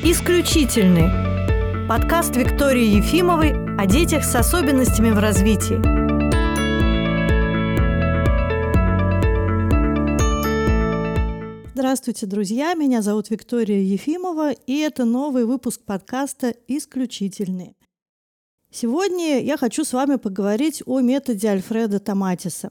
«Исключительный» – подкаст Виктории Ефимовой о детях с особенностями в развитии. Здравствуйте, друзья! Меня зовут Виктория Ефимова, и это новый выпуск подкаста «Исключительный». Сегодня я хочу с вами поговорить о методе Альфреда Томатиса.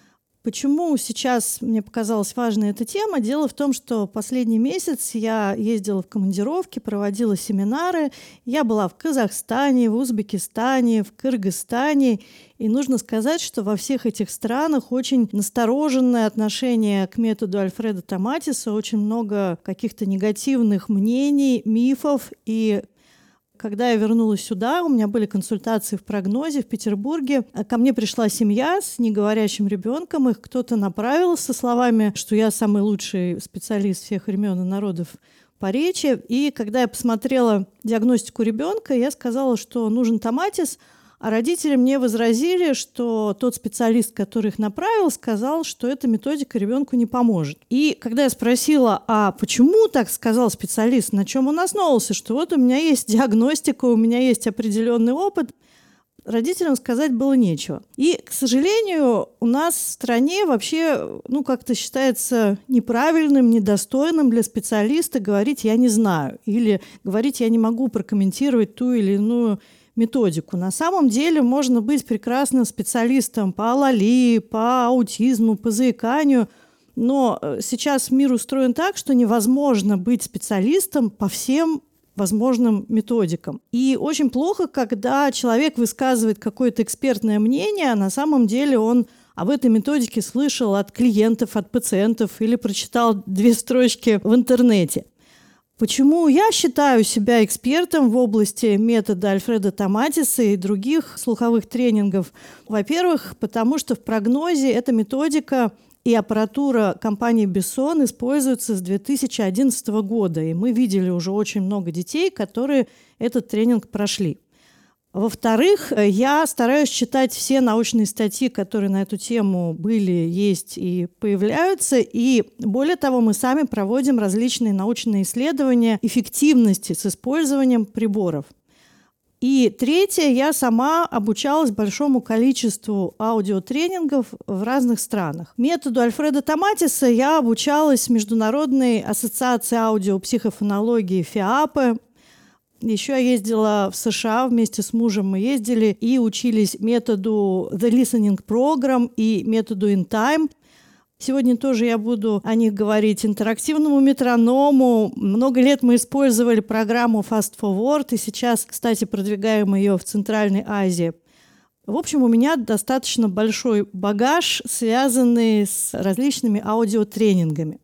Почему сейчас мне показалась важной эта тема? Дело в том, что последний месяц я ездила в командировки, проводила семинары. Я была в Казахстане, в Узбекистане, в Кыргызстане. И нужно сказать, что во всех этих странах очень настороженное отношение к методу Альфреда Томатиса, очень много каких-то негативных мнений, мифов. И когда я вернулась сюда, у меня были консультации в прогнозе в Петербурге. Ко мне пришла семья с неговорящим ребенком. Их кто-то направил со словами, что я самый лучший специалист всех времен и народов по речи. И когда я посмотрела диагностику ребенка, я сказала, что нужен томатис, а родители мне возразили, что тот специалист, который их направил, сказал, что эта методика ребенку не поможет. И когда я спросила, а почему так сказал специалист, на чем он основывался, что вот у меня есть диагностика, у меня есть определенный опыт, родителям сказать было нечего. И, к сожалению, у нас в стране вообще, как-то считается неправильным, недостойным для специалиста говорить «я не знаю» или говорить «я не могу прокомментировать ту или иную методику». На самом деле можно быть прекрасным специалистом по алалии, по аутизму, по заиканию, но сейчас мир устроен так, что невозможно быть специалистом по всем возможным методикам. И очень плохо, когда человек высказывает какое-то экспертное мнение, а на самом деле он об этой методике слышал от клиентов, от пациентов или прочитал 2 строчки в интернете. Почему я считаю себя экспертом в области метода Альфреда Томатиса и других слуховых тренингов? Во-первых, потому что в прогнозе эта методика и аппаратура компании Besson используются с 2011 года, и мы видели уже очень много детей, которые этот тренинг прошли. Во-вторых, я стараюсь читать все научные статьи, которые на эту тему были, есть и появляются. И более того, мы сами проводим различные научные исследования эффективности с использованием приборов. И третье, я сама обучалась большому количеству аудиотренингов в разных странах. Методу Альфреда Томатиса я обучалась в Международной ассоциации аудиопсихофонологии ФИАПы. Еще я ездила в США вместе с мужем, мы ездили и учились методу The Listening Program и методу In Time. Сегодня тоже я буду о них говорить. Интерактивному метроному. Много лет мы использовали программу Fast Forward, и сейчас, кстати, продвигаем ее в Центральной Азии. В общем, у меня достаточно большой багаж, связанный с различными аудиотренингами.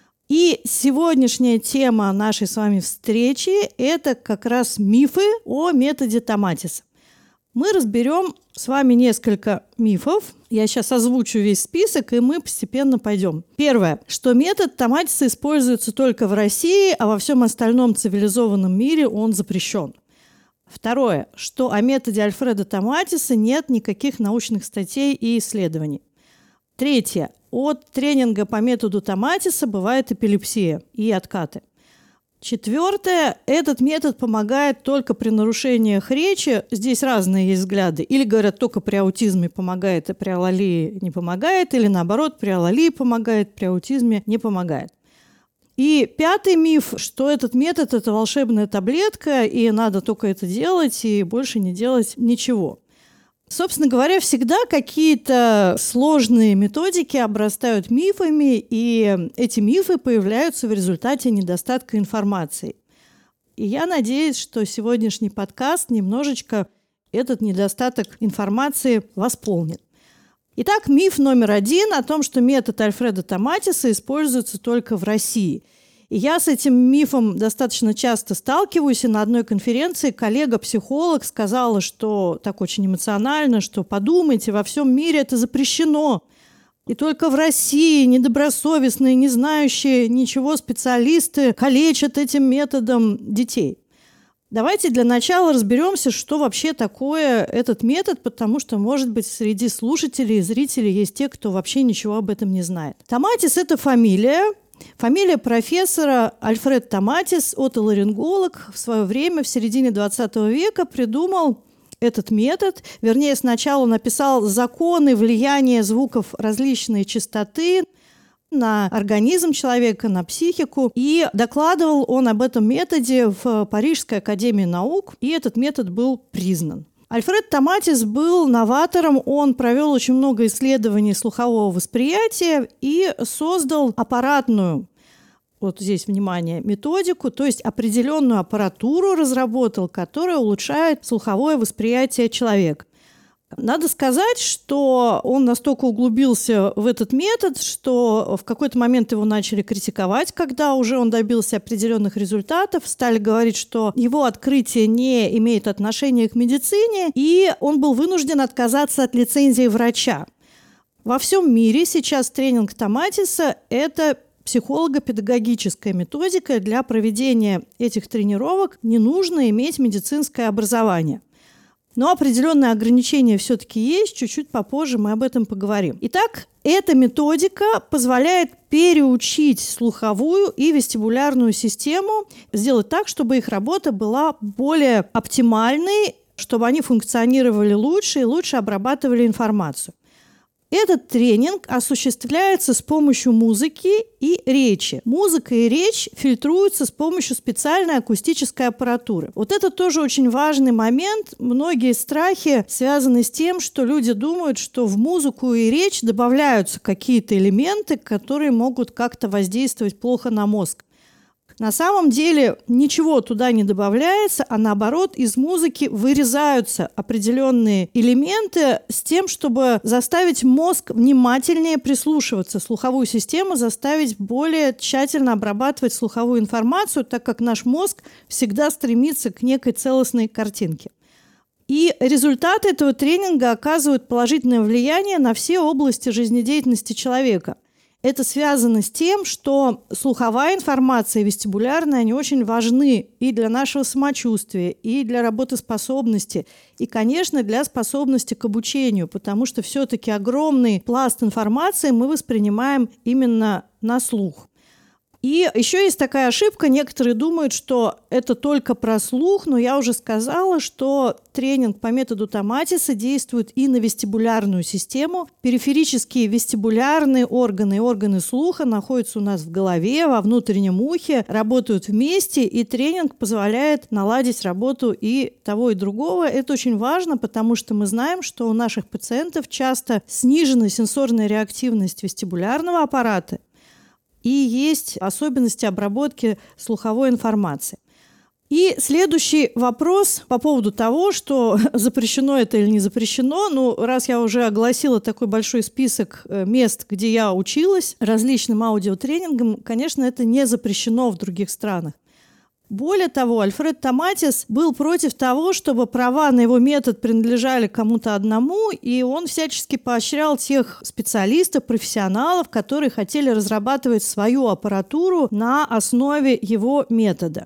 И сегодняшняя тема нашей с вами встречи – это как раз мифы о методе Томатиса. Мы разберем с вами несколько мифов. Я сейчас озвучу весь список, и мы постепенно пойдем. Первое, что метод Томатиса используется только в России, а во всем остальном цивилизованном мире он запрещен. Второе, что о методе Альфреда Томатиса нет никаких научных статей и исследований. Третье. От тренинга по методу Томатиса бывает эпилепсия и откаты. Четвертое. Этот метод помогает только при нарушениях речи. Здесь разные есть взгляды. Или говорят, только при аутизме помогает, а при алалии не помогает. Или наоборот, при алалии помогает, при аутизме не помогает. И пятый миф, что этот метод – это волшебная таблетка, и надо только это делать, и больше не делать ничего. Собственно говоря, всегда какие-то сложные методики обрастают мифами, и эти мифы появляются в результате недостатка информации. И я надеюсь, что сегодняшний подкаст немножечко этот недостаток информации восполнит. Итак, миф номер 1 о том, что метод Альфреда Томатиса используется только в России. И я с этим мифом достаточно часто сталкиваюсь, и на одной конференции коллега-психолог сказала, что так очень эмоционально, что подумайте, во всем мире это запрещено. И только в России недобросовестные, не знающие ничего специалисты калечат этим методом детей. Давайте для начала разберемся, что вообще такое этот метод, потому что, может быть, среди слушателей и зрителей есть те, кто вообще ничего об этом не знает. Томатис – это фамилия, Фамилия профессора Альфред Томатис, отоларинголог, в свое время, в середине 20 века, придумал этот метод. Вернее, сначала он написал законы влияния звуков различной частоты на организм человека, на психику. И докладывал он об этом методе в Парижской академии наук, и этот метод был признан. Альфред Томатис был новатором, он провел очень много исследований слухового восприятия и создал аппаратную, вот здесь, внимание, методику, то есть определенную аппаратуру разработал, которая улучшает слуховое восприятие человека. Надо сказать, что он настолько углубился в этот метод, что в какой-то момент его начали критиковать, когда уже он добился определенных результатов. Стали говорить, что его открытие не имеет отношения к медицине, и он был вынужден отказаться от лицензии врача. Во всем мире сейчас тренинг Томатиса – это психолого-педагогическая методика. Для проведения этих тренировок не нужно иметь медицинское образование. Но определенные ограничения все-таки есть, чуть-чуть попозже мы об этом поговорим. Итак, эта методика позволяет переучить слуховую и вестибулярную систему, сделать так, чтобы их работа была более оптимальной, чтобы они функционировали лучше и лучше обрабатывали информацию. Этот тренинг осуществляется с помощью музыки и речи. Музыка и речь фильтруются с помощью специальной акустической аппаратуры. Вот это тоже очень важный момент. Многие страхи связаны с тем, что люди думают, что в музыку и речь добавляются какие-то элементы, которые могут как-то воздействовать плохо на мозг. На самом деле ничего туда не добавляется, а наоборот из музыки вырезаются определенные элементы с тем, чтобы заставить мозг внимательнее прислушиваться, слуховую систему заставить более тщательно обрабатывать слуховую информацию, так как наш мозг всегда стремится к некой целостной картинке. И результаты этого тренинга оказывают положительное влияние на все области жизнедеятельности человека. Это связано с тем, что слуховая информация и вестибулярная, они очень важны и для нашего самочувствия, и для работоспособности, и, конечно, для способности к обучению, потому что все-таки огромный пласт информации мы воспринимаем именно на слух. И еще есть такая ошибка. Некоторые думают, что это только про слух, но я уже сказала, что тренинг по методу Томатиса действует и на вестибулярную систему. Периферические вестибулярные органы и органы слуха находятся у нас в голове, во внутреннем ухе, работают вместе, и тренинг позволяет наладить работу и того, и другого. Это очень важно, потому что мы знаем, что у наших пациентов часто снижена сенсорная реактивность вестибулярного аппарата, и есть особенности обработки слуховой информации. И следующий вопрос по поводу того, что запрещено это или не запрещено. Ну, раз я уже огласила такой большой список мест, где я училась различным аудиотренингам, конечно, это не запрещено в других странах. Более того, Альфред Томатис был против того, чтобы права на его метод принадлежали кому-то одному, и он всячески поощрял тех специалистов, профессионалов, которые хотели разрабатывать свою аппаратуру на основе его метода.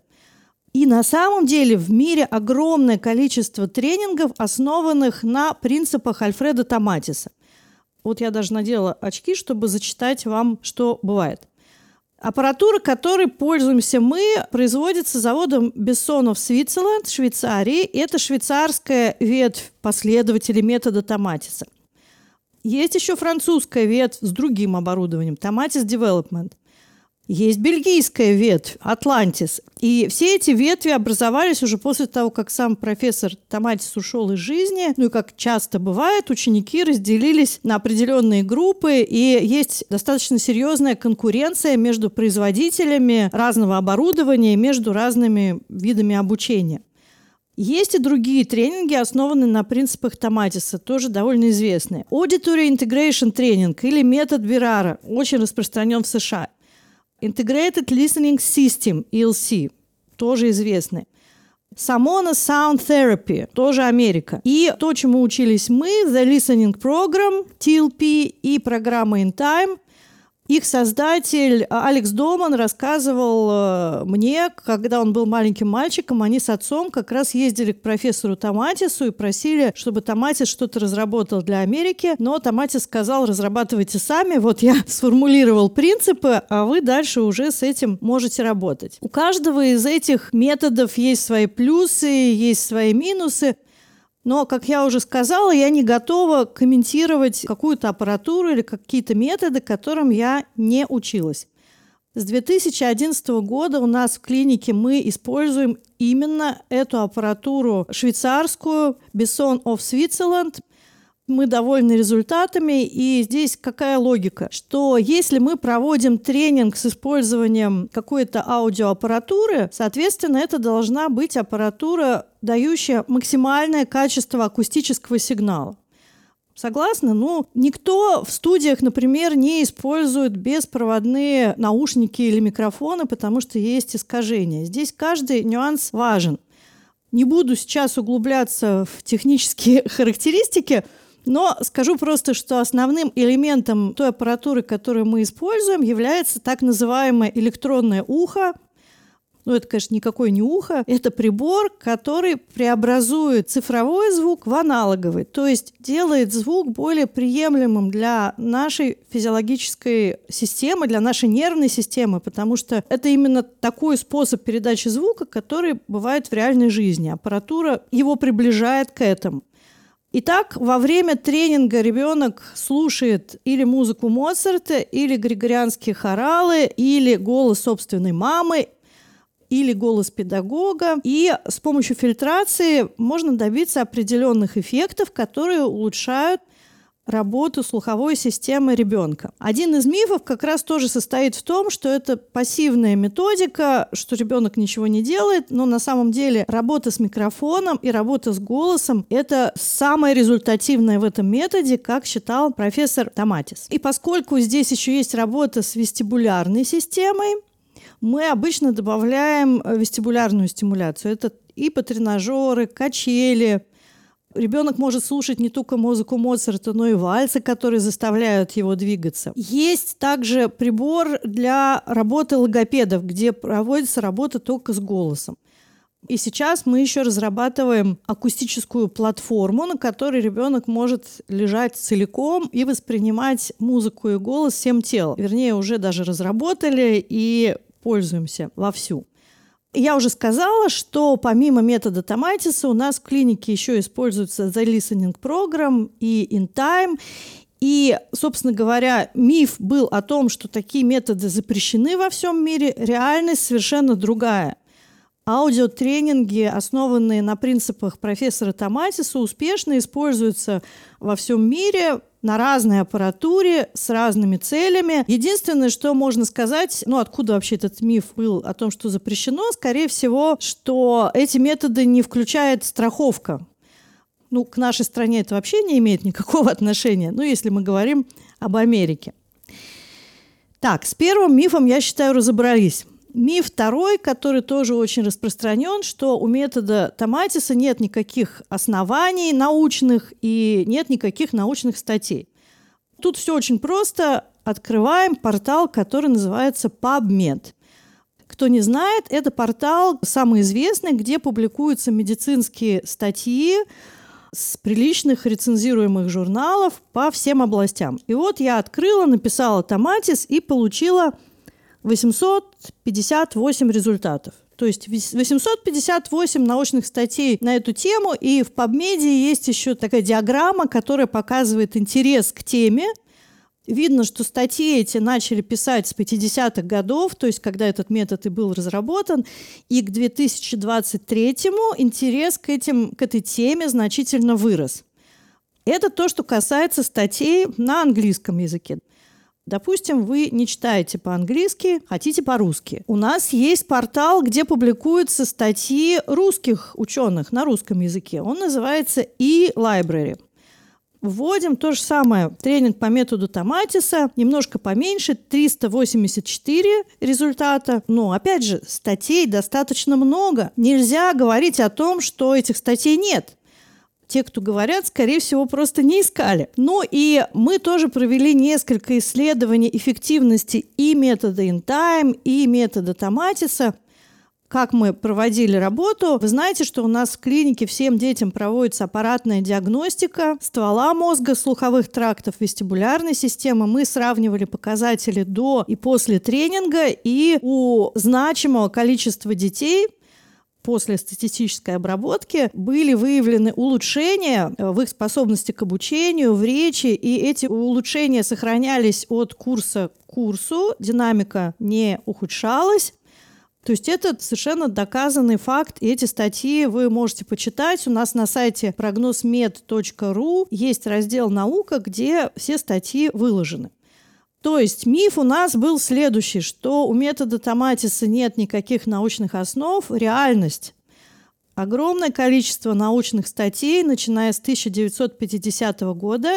И на самом деле в мире огромное количество тренингов, основанных на принципах Альфреда Томатиса. Вот я даже надела очки, чтобы зачитать вам, что бывает. Аппаратура, которой пользуемся мы, производится заводом Besson of Switzerland, Швейцарии. Это швейцарская ветвь последователей метода Томатиса. Есть еще французская ветвь с другим оборудованием, Tomatis Development. Есть бельгийская ветвь, Atlantis. И все эти ветви образовались уже после того, как сам профессор Томатис ушел из жизни. Ну и как часто бывает, ученики разделились на определенные группы, и есть достаточно серьезная конкуренция между производителями разного оборудования, между разными видами обучения. Есть и другие тренинги, основанные на принципах Томатиса, тоже довольно известные. Auditory Integration тренинг или метод Бирара очень распространен в США. Integrated Listening System, ELC, тоже известный. Samona Sound Therapy, тоже Америка. И то, чему учились мы, The Listening Program, TLP и программа In Time. Их создатель Алекс Доман рассказывал мне, когда он был маленьким мальчиком, они с отцом как раз ездили к профессору Томатису и просили, чтобы Томатис что-то разработал для Америки, но Томатис сказал: разрабатывайте сами, вот я сформулировал принципы, а вы дальше уже с этим можете работать. У каждого из этих методов есть свои плюсы, есть свои минусы. Но, как я уже сказала, я не готова комментировать какую-то аппаратуру или какие-то методы, которым я не училась. С 2011 года у нас в клинике мы используем именно эту аппаратуру швейцарскую Besson of Switzerland. Мы довольны результатами, и здесь какая логика? Что если мы проводим тренинг с использованием какой-то аудиоаппаратуры, соответственно, это должна быть аппаратура, дающая максимальное качество акустического сигнала. Согласны? Никто в студиях, например, не использует беспроводные наушники или микрофоны, потому что есть искажения. Здесь каждый нюанс важен. Не буду сейчас углубляться в технические характеристики, но скажу просто, что основным элементом той аппаратуры, которую мы используем, является так называемое электронное ухо. Это, конечно, никакое не ухо. Это прибор, который преобразует цифровой звук в аналоговый, то есть делает звук более приемлемым для нашей физиологической системы, для нашей нервной системы, потому что это именно такой способ передачи звука, который бывает в реальной жизни. Аппаратура его приближает к этому. Итак, во время тренинга ребенок слушает или музыку Моцарта, или григорианские хоралы, или голос собственной мамы, или голос педагога. И с помощью фильтрации можно добиться определенных эффектов, которые улучшают работу слуховой системы ребенка. Один из мифов как раз тоже состоит в том, что это пассивная методика, что ребенок ничего не делает, но на самом деле работа с микрофоном и работа с голосом – это самое результативное в этом методе, как считал профессор Томатис. И поскольку здесь еще есть работа с вестибулярной системой, мы обычно добавляем вестибулярную стимуляцию. Это и потренажеры, качели. Ребенок может слушать не только музыку Моцарта, но и вальсы, которые заставляют его двигаться. Есть также прибор для работы логопедов, где проводится работа только с голосом. И сейчас мы еще разрабатываем акустическую платформу, на которой ребенок может лежать целиком и воспринимать музыку и голос всем телом. Вернее, уже даже разработали и пользуемся вовсю. Я уже сказала, что помимо метода Томатиса у нас в клинике еще используется The Listening Program и InTime. И, собственно говоря, миф был о том, что такие методы запрещены во всем мире. Реальность совершенно другая. Аудиотренинги, основанные на принципах профессора Томатиса, успешно используются во всем мире на разной аппаратуре, с разными целями. Единственное, что можно сказать, откуда вообще этот миф был о том, что запрещено, скорее всего, что эти методы не включает страховка. К нашей стране это вообще не имеет никакого отношения, если мы говорим об Америке. Так, с первым мифом, я считаю, разобрались. Миф второй, который тоже очень распространен, что у метода Томатиса нет никаких оснований научных и нет никаких научных статей. Тут все очень просто. Открываем портал, который называется PubMed. Кто не знает, это портал самый известный, где публикуются медицинские статьи с приличных рецензируемых журналов по всем областям. И вот я открыла, написала Томатис и получила 858 результатов. То есть 858 научных статей на эту тему, и в PubMed есть еще такая диаграмма, которая показывает интерес к теме. Видно, что статьи эти начали писать с 50-х годов, то есть когда этот метод и был разработан, и к 2023-му интерес к этой теме значительно вырос. Это то, что касается статей на английском языке. Допустим, вы не читаете по-английски, хотите по-русски. У нас есть портал, где публикуются статьи русских ученых на русском языке. Он называется eLibrary. Вводим то же самое. Тренинг по методу Томатиса. Немножко поменьше, 384 результата. Но, опять же, статей достаточно много. Нельзя говорить о том, что этих статей нет. те, кто говорят, скорее всего, просто не искали. Ну и мы тоже провели несколько исследований эффективности и метода InTime, и метода Томатиса. Как мы проводили работу? Вы знаете, что у нас в клинике всем детям проводится аппаратная диагностика ствола мозга, слуховых трактов, вестибулярной системы. Мы сравнивали показатели до и после тренинга, и у значимого количества детей после статистической обработки были выявлены улучшения в их способности к обучению, в речи, и эти улучшения сохранялись от курса к курсу, динамика не ухудшалась. То есть это совершенно доказанный факт, и эти статьи вы можете почитать. У нас на сайте прогнозмед.ру есть раздел «Наука», где все статьи выложены. То есть миф у нас был следующий, что у метода Томатиса нет никаких научных основ. Реальность. Огромное количество научных статей, начиная с 1950 года,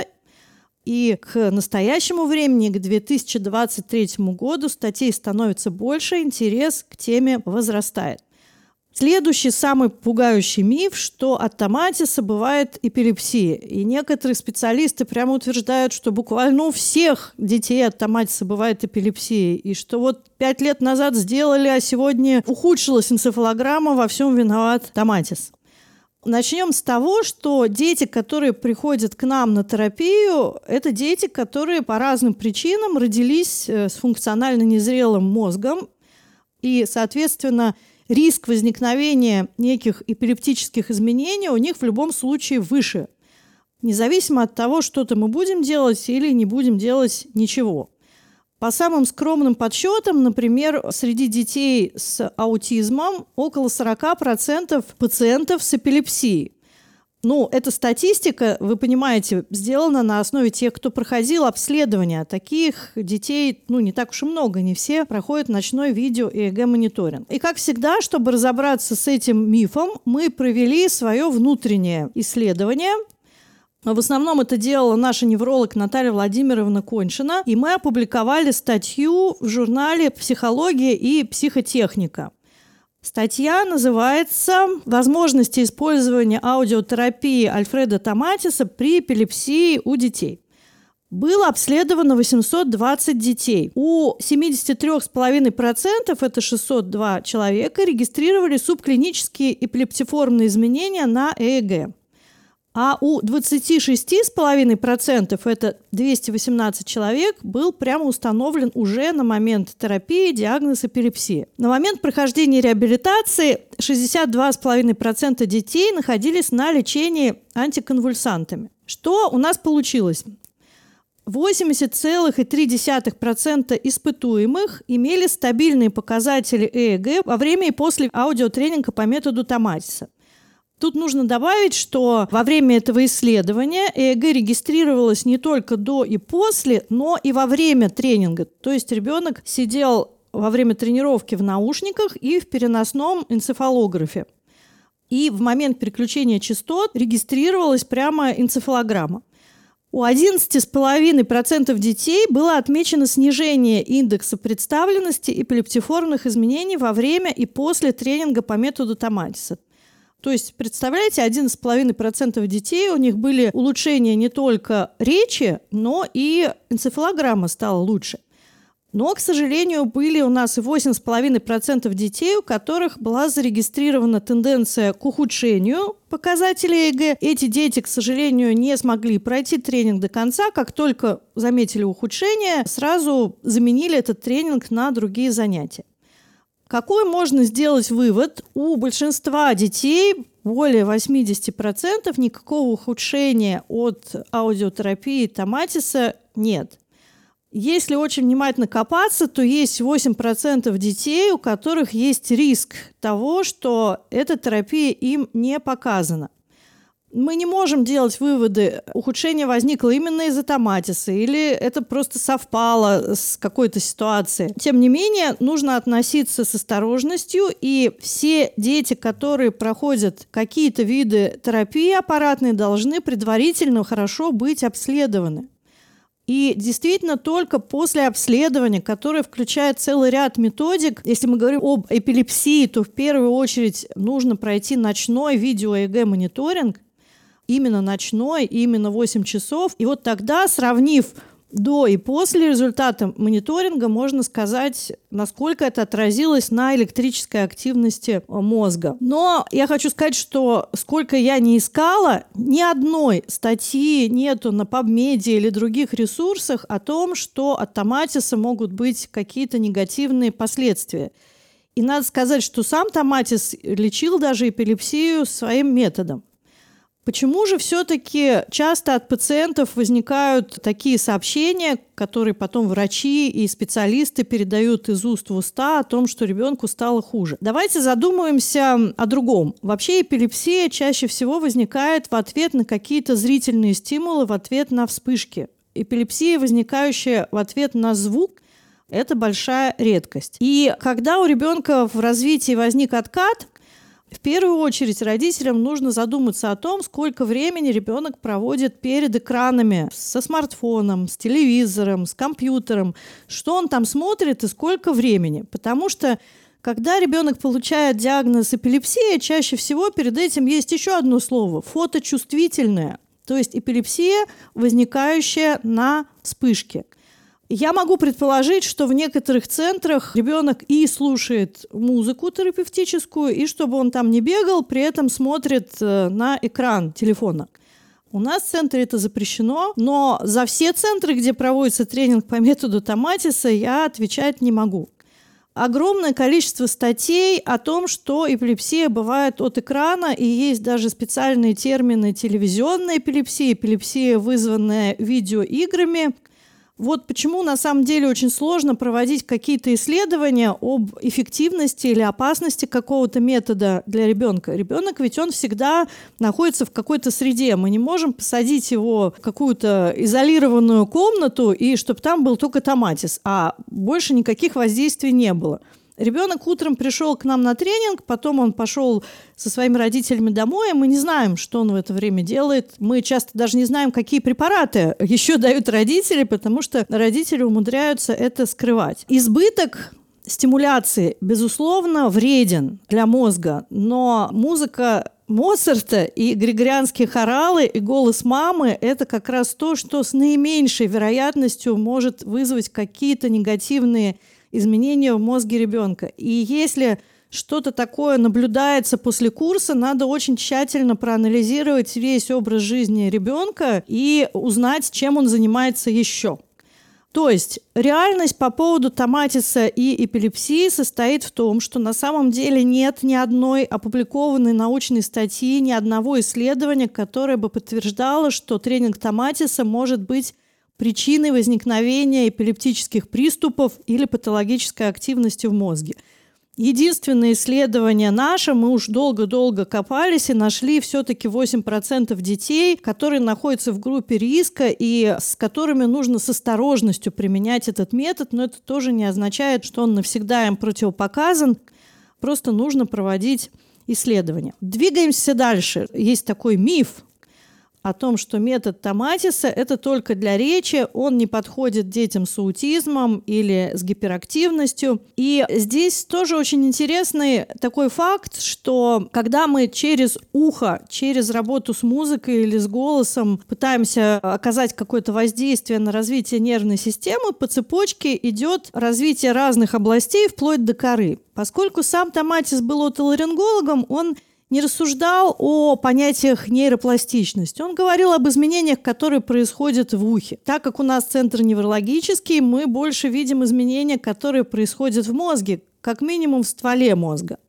и к настоящему времени, к 2023 году, статей становится больше, интерес к теме возрастает. Следующий, самый пугающий миф, что от Томатиса бывает эпилепсия. И некоторые специалисты прямо утверждают, что буквально у всех детей от Томатиса бывает эпилепсия. И что вот 5 лет назад сделали, а сегодня ухудшилась энцефалограмма, во всем виноват Томатис. Начнем с того, что дети, которые приходят к нам на терапию, это дети, которые по разным причинам родились с функционально незрелым мозгом. И, соответственно, риск возникновения неких эпилептических изменений у них в любом случае выше, независимо от того, что-то мы будем делать или не будем делать ничего. По самым скромным подсчетам, например, среди детей с аутизмом около 40% пациентов с эпилепсией. Ну, эта статистика, вы понимаете, сделана на основе тех, кто проходил обследование. Таких детей, не так уж и много, не все проходят ночной видео- и ЭГ-мониторинг. И, как всегда, чтобы разобраться с этим мифом, мы провели свое внутреннее исследование. В основном это делала наша невролог Наталья Владимировна Коньшина, и мы опубликовали статью в журнале «Психология и психотехника». Статья называется «Возможности использования аудиотерапии Альфреда Томатиса при эпилепсии у детей». Было обследовано 820 детей. У 73,5%, это 602 человека, регистрировали субклинические эпилептиформные изменения на ЭЭГ. А у 26,5%, это 218 человек, был прямо установлен уже на момент терапии диагноз эпилепсии. На момент прохождения реабилитации 62,5% детей находились на лечении антиконвульсантами. Что у нас получилось? 80,3% испытуемых имели стабильные показатели ЭЭГ во время и после аудиотренинга по методу Томатиса. Тут нужно добавить, что во время этого исследования ЭЭГ регистрировалось не только до и после, но и во время тренинга. То есть ребенок сидел во время тренировки в наушниках и в переносном энцефалографе. И в момент переключения частот регистрировалась прямо энцефалограмма. У 11,5% детей было отмечено снижение индекса представленности эпилептиформных изменений во время и после тренинга по методу Томатиса. То есть, представляете, 11,5% детей, у них были улучшения не только речи, но и энцефалограмма стала лучше. Но, к сожалению, были у нас и 8,5% детей, у которых была зарегистрирована тенденция к ухудшению показателей ЭЭГ. Эти дети, к сожалению, не смогли пройти тренинг до конца. Как только заметили ухудшение, сразу заменили этот тренинг на другие занятия. Какой можно сделать вывод? У большинства детей, более 80%, никакого ухудшения от аудиотерапии Томатиса нет. Если очень внимательно копаться, то есть 8% детей, у которых есть риск того, что эта терапия им не показана. Мы не можем делать выводы, ухудшение возникло именно из-за Томатиса или это просто совпало с какой-то ситуацией. Тем не менее, нужно относиться с осторожностью, и все дети, которые проходят какие-то виды терапии аппаратной, должны предварительно хорошо быть обследованы. И действительно только после обследования, которое включает целый ряд методик, если мы говорим об эпилепсии, то в первую очередь нужно пройти ночной видео-ЭЭГ-мониторинг. именно ночной, именно 8 часов. И вот тогда, сравнив до и после результата мониторинга, можно сказать, насколько это отразилось на электрической активности мозга. Но я хочу сказать, что сколько я не искала, ни одной статьи нету на PubMed или других ресурсах о том, что от томатиса могут быть какие-то негативные последствия. И надо сказать, что сам томатис лечил даже эпилепсию своим методом. Почему же все-таки часто от пациентов возникают такие сообщения, которые потом врачи и специалисты передают из уст в уста о том, что ребенку стало хуже? Давайте задумаемся о другом. Вообще эпилепсия чаще всего возникает в ответ на какие-то зрительные стимулы, в ответ на вспышки. Эпилепсия, возникающая в ответ на звук, это большая редкость. И когда у ребенка в развитии возник откат, в первую очередь родителям нужно задуматься о том, сколько времени ребенок проводит перед экранами, со смартфоном, с телевизором, с компьютером, что он там смотрит и сколько времени. Потому что когда ребенок получает диагноз эпилепсия, чаще всего перед этим есть еще одно слово – фоточувствительное, то есть эпилепсия, возникающая на вспышке. Я могу предположить, что в некоторых центрах ребенок и слушает музыку терапевтическую, и чтобы он там не бегал, при этом смотрит на экран телефона. У нас в центре это запрещено, но за все центры, где проводится тренинг по методу томатиса, я отвечать не могу. Огромное количество статей о том, что эпилепсия бывает от экрана, и есть даже специальные термины: телевизионная эпилепсия, эпилепсия, вызванная видеоиграми. Вот почему на самом деле очень сложно проводить какие-то исследования об эффективности или опасности какого-то метода для ребенка. Ребенок ведь он всегда находится в какой-то среде. Мы не можем посадить его в какую-то изолированную комнату, и чтобы там был только томатис, а больше никаких воздействий не было. Ребенок утром пришел к нам на тренинг, потом он пошел со своими родителями домой, и мы не знаем, что он в это время делает. Мы часто даже не знаем, какие препараты еще дают родители, потому что родители умудряются это скрывать. Избыток стимуляции, безусловно, вреден для мозга, но музыка Моцарта и григорианские хоралы и голос мамы – это как раз то, что с наименьшей вероятностью может вызвать какие-то негативные изменения в мозге ребенка. И если что-то такое наблюдается после курса, надо очень тщательно проанализировать весь образ жизни ребенка и узнать, чем он занимается еще. То есть реальность по поводу томатиса и эпилепсии состоит в том, что на самом деле нет ни одной опубликованной научной статьи, ни одного исследования, которое бы подтверждало, что тренинг томатиса может быть причиной возникновения эпилептических приступов или патологической активности в мозге. Единственное исследование наше, мы уж долго-долго копались и нашли все-таки 8% детей, которые находятся в группе риска и с которыми нужно с осторожностью применять этот метод, но это тоже не означает, что он навсегда им противопоказан, просто нужно проводить исследования. Двигаемся дальше. Есть такой миф о том, что метод томатиса – это только для речи, он не подходит детям с аутизмом или с гиперактивностью. И здесь тоже очень интересный такой факт, что когда мы через ухо, через работу с музыкой или с голосом пытаемся оказать какое-то воздействие на развитие нервной системы, по цепочке идет развитие разных областей вплоть до коры. Поскольку сам томатис был отоларингологом, он не рассуждал о понятиях нейропластичности. Он говорил об изменениях, которые происходят в ухе. Так как у нас центр неврологический, мы больше видим изменения, которые происходят в мозге, как минимум в стволе мозга.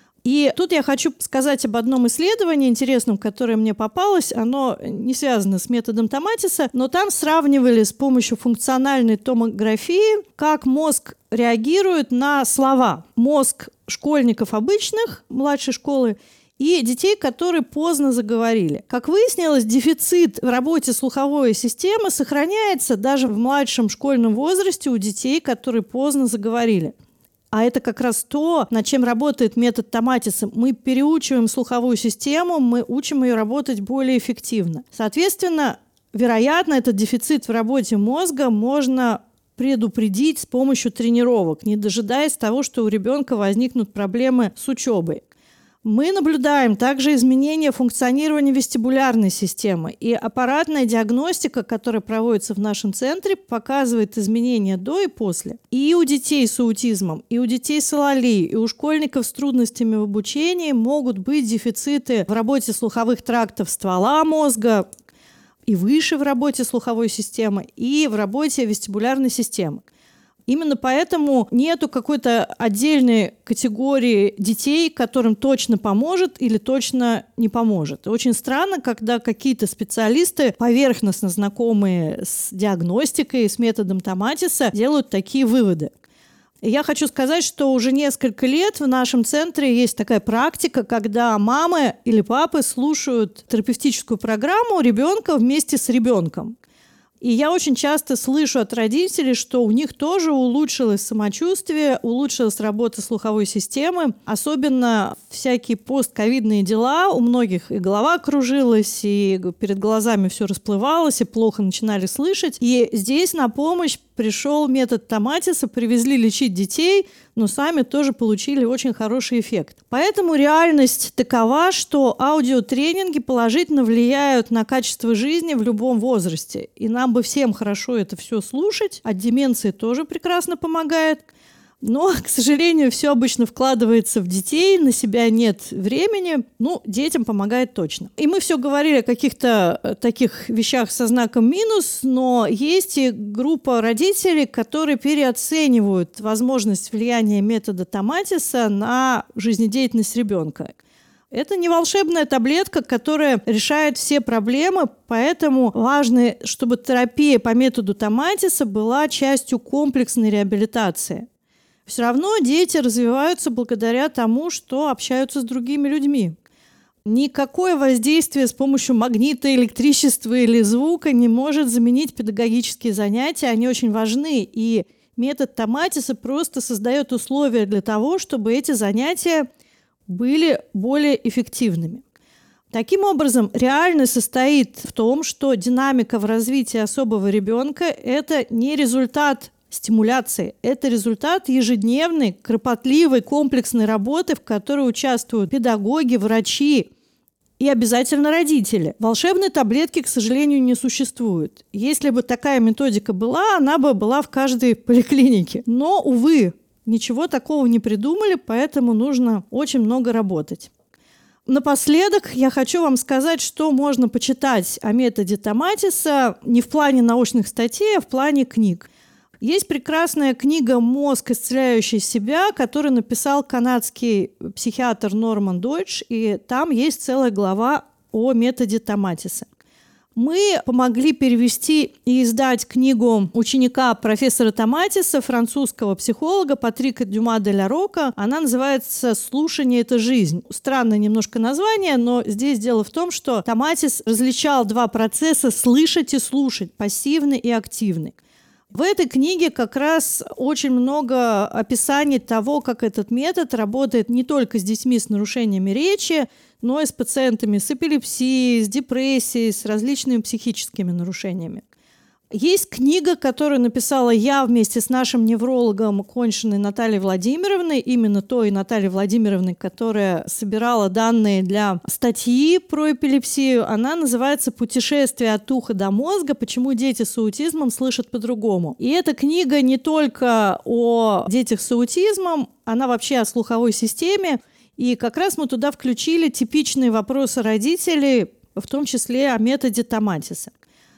И тут я хочу сказать об одном исследовании интересном, которое мне попалось. Оно не связано с методом томатиса, но там сравнивали с помощью функциональной томографии, как мозг реагирует на слова. Мозг школьников обычных, младшей школы, и детей, которые поздно заговорили. Как выяснилось, дефицит в работе слуховой системы сохраняется даже в младшем школьном возрасте у детей, которые поздно заговорили. А это как раз то, над чем работает метод томатиса. Мы переучиваем слуховую систему, мы учим ее работать более эффективно. Соответственно, вероятно, этот дефицит в работе мозга можно предупредить с помощью тренировок, не дожидаясь того, что у ребенка возникнут проблемы с учебой. Мы наблюдаем также изменения функционирования вестибулярной системы. И аппаратная диагностика, которая проводится в нашем центре, показывает изменения до и после. И у детей с аутизмом, и у детей с алалией, и у школьников с трудностями в обучении могут быть дефициты в работе слуховых трактов ствола мозга, и выше в работе слуховой системы, и в работе вестибулярной системы. Именно поэтому нету какой-то отдельной категории детей, которым точно поможет или точно не поможет. Очень странно, когда какие-то специалисты, поверхностно знакомые с диагностикой, с методом Томатиса, делают такие выводы. Я хочу сказать, что уже несколько лет в нашем центре есть такая практика, когда мамы или папы слушают терапевтическую программу ребенка вместе с ребенком. И я очень часто слышу от родителей, что у них тоже улучшилось самочувствие, улучшилась работа слуховой системы. Особенно всякие постковидные дела. У многих и голова кружилась, и перед глазами все расплывалось, и плохо начинали слышать. И здесь на помощь пришел метод Томатиса, привезли лечить детей, но сами тоже получили очень хороший эффект. Поэтому реальность такова, что аудиотренинги положительно влияют на качество жизни в любом возрасте. И нам бы всем хорошо это все слушать. От деменции тоже прекрасно помогает. Но, к сожалению, все обычно вкладывается в детей, на себя нет времени. Детям помогает точно. И мы все говорили о каких-то таких вещах со знаком минус, но есть и группа родителей, которые переоценивают возможность влияния метода Томатиса на жизнедеятельность ребенка. Это не волшебная таблетка, которая решает все проблемы, поэтому важно, чтобы терапия по методу Томатиса была частью комплексной реабилитации. Все равно дети развиваются благодаря тому, что общаются с другими людьми. Никакое воздействие с помощью магнита, электричества или звука не может заменить педагогические занятия. Они очень важны, и метод Томатиса просто создает условия для того, чтобы эти занятия были более эффективными. Таким образом, реальность состоит в том, что динамика в развитии особого ребенка – это не результат стимуляции. Это результат ежедневной, кропотливой, комплексной работы, в которой участвуют педагоги, врачи и обязательно родители. Волшебной таблетки, к сожалению, не существует. Если бы такая методика была, она бы была в каждой поликлинике. Но, увы, ничего такого не придумали, поэтому нужно очень много работать. Напоследок я хочу вам сказать, что можно почитать о методе Томатиса не в плане научных статей, а в плане книг. Есть прекрасная книга «Мозг, исцеляющий себя», которую написал канадский психиатр Норман Дойч, и там есть целая глава о методе Томатиса. Мы помогли перевести и издать книгу ученика профессора Томатиса, французского психолога Патрика Дюма де ля Рока. Она называется «Слушание – это жизнь». Странное немножко название, но здесь дело в том, что Томатис различал два процесса – слышать и слушать, пассивный и активный. В этой книге как раз очень много описаний того, как этот метод работает не только с детьми с нарушениями речи, но и с пациентами с эпилепсией, с депрессией, с различными психическими нарушениями. Есть книга, которую написала я вместе с нашим неврологом Коньшиной Натальей Владимировной, именно той Натальей Владимировной, которая собирала данные для статьи про эпилепсию. Она называется «Путешествие от уха до мозга. Почему дети с аутизмом слышат по-другому». И эта книга не только о детях с аутизмом, она вообще о слуховой системе. И как раз мы туда включили типичные вопросы родителей, в том числе о методе Томатиса.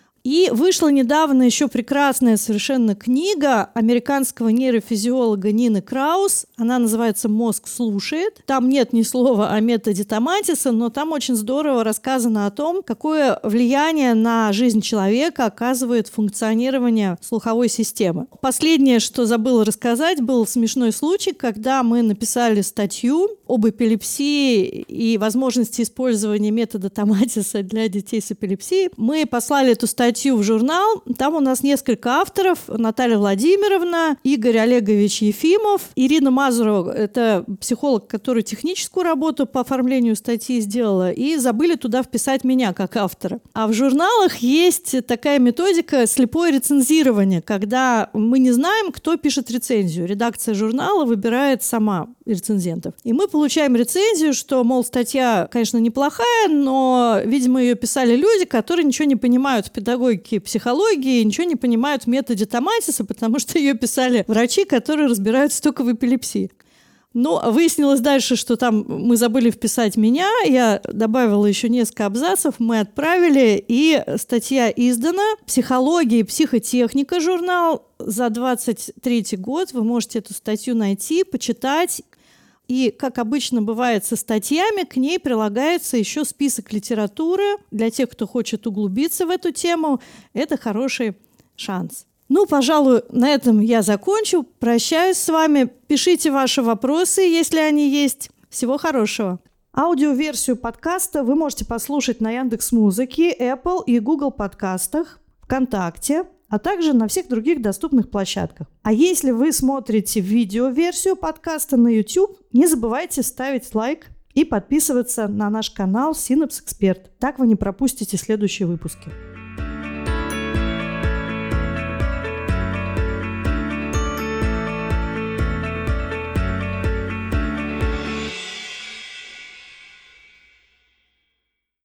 И вышла недавно еще прекрасная совершенно книга американского нейрофизиолога Нины Краус. Она называется «Мозг слушает». Там нет ни слова о методе Томатиса, но там очень здорово рассказано о том, какое влияние на жизнь человека оказывает функционирование слуховой системы. Последнее, что забыла рассказать, был смешной случай, когда мы написали статью об эпилепсии и возможности использования метода Томатиса для детей с эпилепсией. Мы послали эту статью статью в журнал. Там у нас несколько авторов. Наталья Владимировна, Игорь Олегович Ефимов, Ирина Мазурова, это психолог, который техническую работу по оформлению статьи сделала, и забыли туда вписать меня как автора. А в журналах есть такая методика слепое рецензирование, когда мы не знаем, кто пишет рецензию. Редакция журнала выбирает сама рецензентов. И мы получаем рецензию, что, мол, статья, конечно, неплохая, но, видимо, ее писали люди, которые ничего не понимают в педагогике и психологии, ничего не понимают в методе Томатиса, потому что ее писали врачи, которые разбираются только в эпилепсии. Но выяснилось дальше, что там мы забыли вписать меня, я добавила еще несколько абзацев, мы отправили, и статья издана. «Психология и психотехника» журнал за 23 год. Вы можете эту статью найти, почитать. И, как обычно бывает со статьями, к ней прилагается еще список литературы. Для тех, кто хочет углубиться в эту тему, это хороший шанс. Ну, пожалуй, на этом я закончу. Прощаюсь с вами. Пишите ваши вопросы, если они есть. Всего хорошего. Аудиоверсию подкаста вы можете послушать на Яндекс.Музыке, Apple и Google подкастах, ВКонтакте, а также на всех других доступных площадках. А если вы смотрите видеоверсию подкаста на YouTube, не забывайте ставить лайк и подписываться на наш канал Synapse Expert. Так вы не пропустите следующие выпуски.